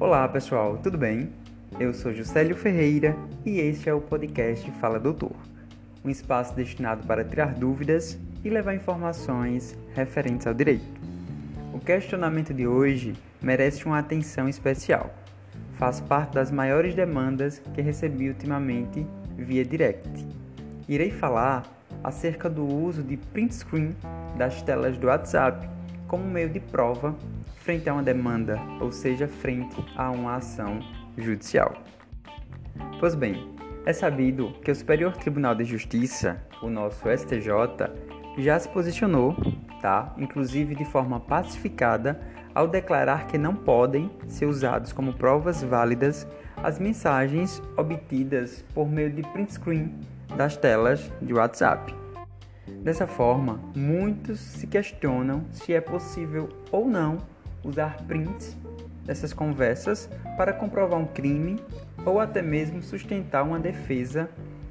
Olá pessoal, tudo bem? Eu sou Juscelio Ferreira e este é o podcast Fala Doutor, um espaço destinado para tirar dúvidas e levar informações referentes ao direito. O questionamento de hoje merece uma atenção especial. Faz parte das maiores demandas que recebi ultimamente via direct. Irei falar acerca do uso de print screen das telas do WhatsApp como meio de prova frente a uma demanda, ou seja, frente a uma ação judicial. Pois bem, é sabido que o Superior Tribunal de Justiça, o nosso STJ, já se posicionou, inclusive de forma pacificada, ao declarar que não podem ser usados como provas válidas as mensagens obtidas por meio de print screen das telas de WhatsApp. Dessa forma, muitos se questionam se é possível ou não usar prints dessas conversas para comprovar um crime ou até mesmo sustentar uma defesa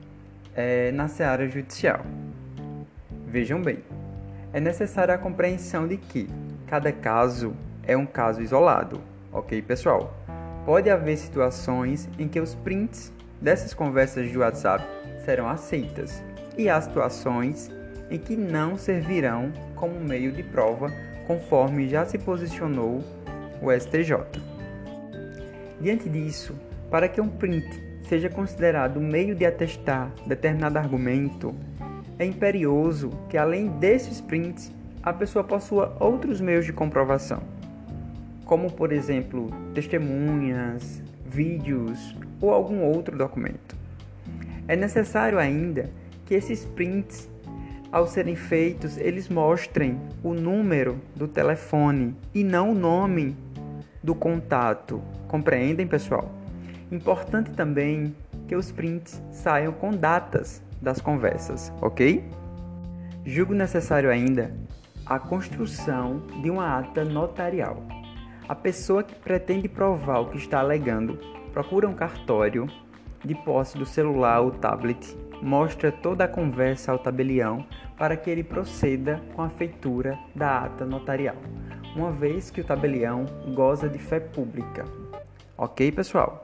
na seara judicial. Vejam bem, é necessária a compreensão de que cada caso é um caso isolado, ok, pessoal? Pode haver situações em que os prints dessas conversas de WhatsApp serão aceitas e há situações em que não servirão como meio de prova, conforme já se posicionou o STJ. Diante disso, para que um print seja considerado meio de atestar determinado argumento, é imperioso que, além desses prints, a pessoa possua outros meios de comprovação, como, por exemplo, testemunhas, vídeos ou algum outro documento. É necessário ainda que esses prints, ao serem feitos, eles mostrem o número do telefone e não o nome do contato. Compreendem, pessoal? Importante também que os prints saiam com datas das conversas, ok? Julgo necessário ainda a construção de uma ata notarial. A pessoa que pretende provar o que está alegando procura um cartório de posse do celular ou tablet, mostra toda a conversa ao tabelião para que ele proceda com a feitura da ata notarial, uma vez que o tabelião goza de fé pública. Ok, pessoal?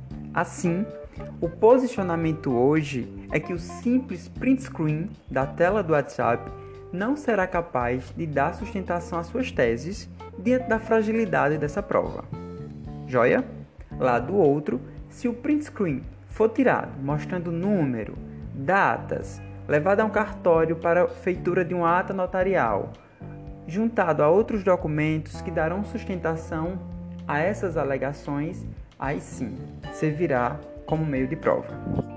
Assim, o posicionamento hoje é que o simples print screen da tela do WhatsApp não será capaz de dar sustentação às suas teses diante da fragilidade dessa prova. Joia? Lado outro, se o print screen for tirado mostrando número, datas, levado a um cartório para a feitura de uma ata notarial, juntado a outros documentos que darão sustentação a essas alegações, aí sim, servirá como meio de prova.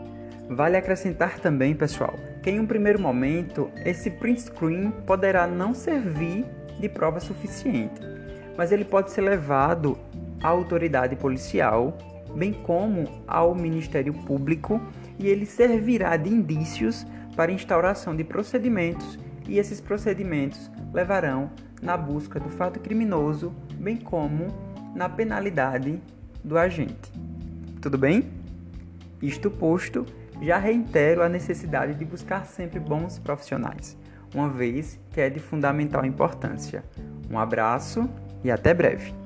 Vale acrescentar também, pessoal, que em um primeiro momento, esse print screen poderá não servir de prova suficiente, mas ele pode ser levado à autoridade policial, bem como ao Ministério Público, e ele servirá de indícios para instauração de procedimentos, e esses procedimentos levarão na busca do fato criminoso, bem como na penalidade do agente. Tudo bem? Isto posto, já reitero a necessidade de buscar sempre bons profissionais, uma vez que é de fundamental importância. Um abraço e até breve!